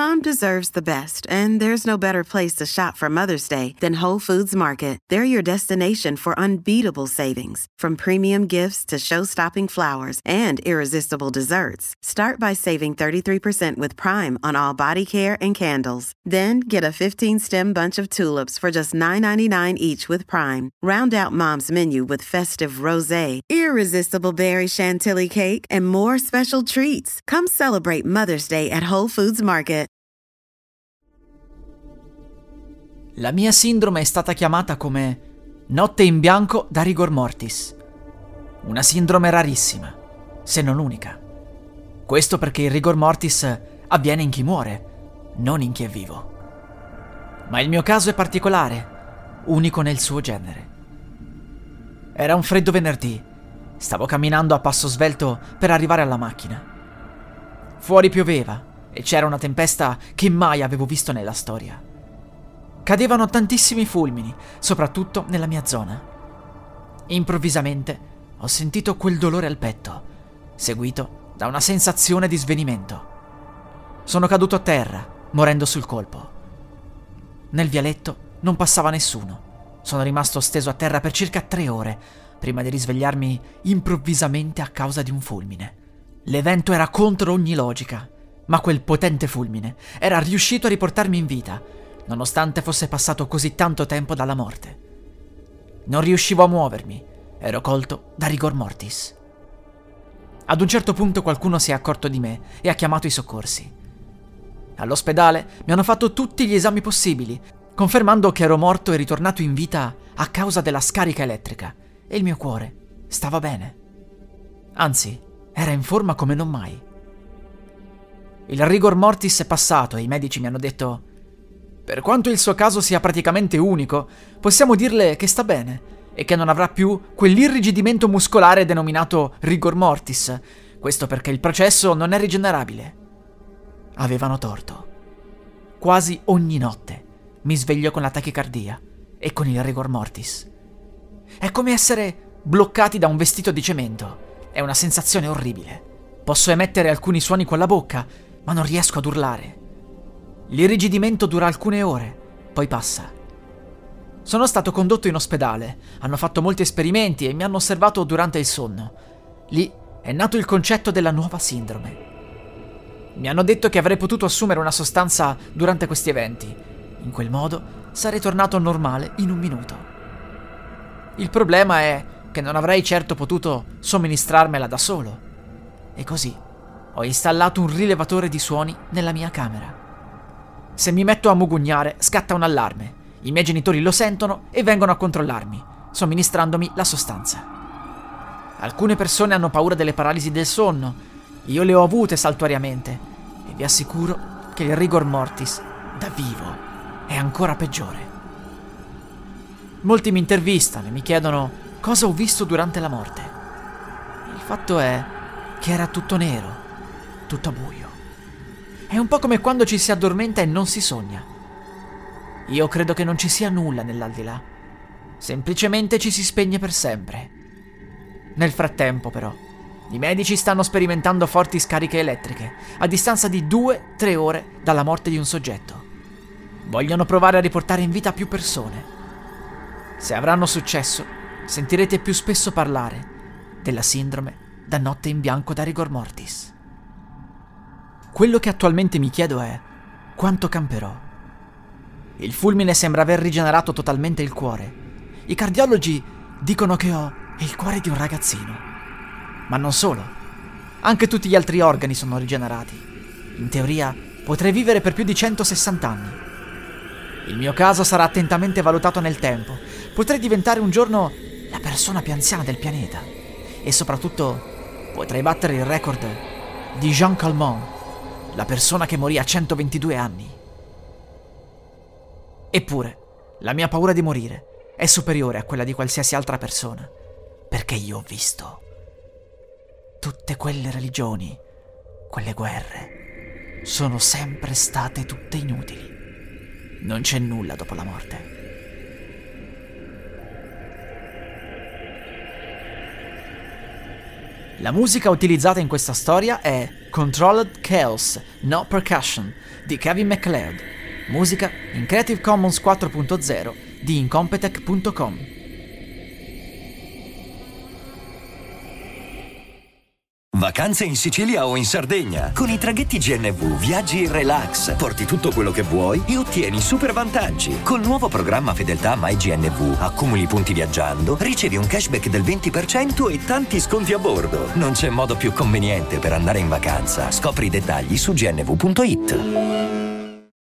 Mom deserves the best, and there's no better place to shop for Mother's Day than Whole Foods Market. They're your destination for unbeatable savings, from premium gifts to show-stopping flowers and irresistible desserts. Start by saving 33% with Prime on all body care and candles. Then get a 15-stem bunch of tulips for just $9.99 each with Prime. Round out Mom's menu with festive rosé, irresistible berry chantilly cake, and more special treats. Come celebrate Mother's Day at Whole Foods Market. La mia sindrome è stata chiamata come notte in bianco da rigor mortis. Una sindrome rarissima, se non unica. Questo perché il rigor mortis avviene in chi muore, non in chi è vivo. Ma il mio caso è particolare, unico nel suo genere. Era un freddo venerdì. Stavo camminando a passo svelto per arrivare alla macchina. Fuori pioveva e c'era una tempesta che mai avevo visto nella storia. Cadevano tantissimi fulmini, soprattutto nella mia zona. Improvvisamente ho sentito quel dolore al petto, seguito da una sensazione di svenimento. Sono caduto a terra, morendo sul colpo. Nel vialetto non passava nessuno. Sono rimasto steso a terra per circa 3 ore, prima di risvegliarmi improvvisamente a causa di un fulmine. L'evento era contro ogni logica, ma quel potente fulmine era riuscito a riportarmi in vita, nonostante fosse passato così tanto tempo dalla morte. Non riuscivo a muovermi, ero colto da rigor mortis. Ad un certo punto qualcuno si è accorto di me e ha chiamato i soccorsi. All'ospedale mi hanno fatto tutti gli esami possibili, confermando che ero morto e ritornato in vita a causa della scarica elettrica, e il mio cuore stava bene. Anzi, era in forma come non mai. Il rigor mortis è passato e i medici mi hanno detto: per quanto il suo caso sia praticamente unico, possiamo dirle che sta bene e che non avrà più quell'irrigidimento muscolare denominato rigor mortis. Questo perché il processo non è rigenerabile. Avevano torto. Quasi ogni notte mi sveglio con la tachicardia e con il rigor mortis. È come essere bloccati da un vestito di cemento. È una sensazione orribile. Posso emettere alcuni suoni con la bocca, ma non riesco ad urlare. L'irrigidimento dura alcune ore, poi passa. Sono stato condotto in ospedale, hanno fatto molti esperimenti e mi hanno osservato durante il sonno. Lì è nato il concetto della nuova sindrome. Mi hanno detto che avrei potuto assumere una sostanza durante questi eventi. In quel modo sarei tornato normale in 1 minuto. Il problema è che non avrei certo potuto somministrarmela da solo. E così ho installato un rilevatore di suoni nella mia camera. Se mi metto a mugugnare, scatta un allarme. I miei genitori lo sentono e vengono a controllarmi, somministrandomi la sostanza. Alcune persone hanno paura delle paralisi del sonno. Io le ho avute saltuariamente e vi assicuro che il rigor mortis da vivo è ancora peggiore. Molti mi intervistano e mi chiedono cosa ho visto durante la morte. Il fatto è che era tutto nero, tutto buio. È un po' come quando ci si addormenta e non si sogna. Io credo che non ci sia nulla nell'aldilà. Semplicemente ci si spegne per sempre. Nel frattempo, però, i medici stanno sperimentando forti scariche elettriche a distanza di 2-3 ore dalla morte di un soggetto. Vogliono provare a riportare in vita più persone. Se avranno successo, sentirete più spesso parlare della sindrome da notte in bianco da rigor mortis. Quello che attualmente mi chiedo è quanto camperò. Il fulmine sembra aver rigenerato totalmente il cuore. I cardiologi dicono che ho il cuore di un ragazzino. Ma non solo. Anche tutti gli altri organi sono rigenerati. In teoria potrei vivere per più di 160 anni. Il mio caso sarà attentamente valutato nel tempo. Potrei diventare un giorno la persona più anziana del pianeta. E soprattutto potrei battere il record di Jean Calment, la persona che morì a 122 anni. Eppure, la mia paura di morire è superiore a quella di qualsiasi altra persona, perché io ho visto tutte quelle religioni, quelle guerre, sono sempre state tutte inutili. Non c'è nulla dopo la morte. La musica utilizzata in questa storia è Controlled Chaos, No Percussion di Kevin MacLeod, musica in Creative Commons 4.0 di Incompetech.com. Vacanze in Sicilia o in Sardegna. Con i traghetti GNV viaggi in relax, porti tutto quello che vuoi e ottieni super vantaggi. Col nuovo programma Fedeltà MyGNV accumuli punti viaggiando, ricevi un cashback del 20% e tanti sconti a bordo. Non c'è modo più conveniente per andare in vacanza. Scopri i dettagli su gnv.it.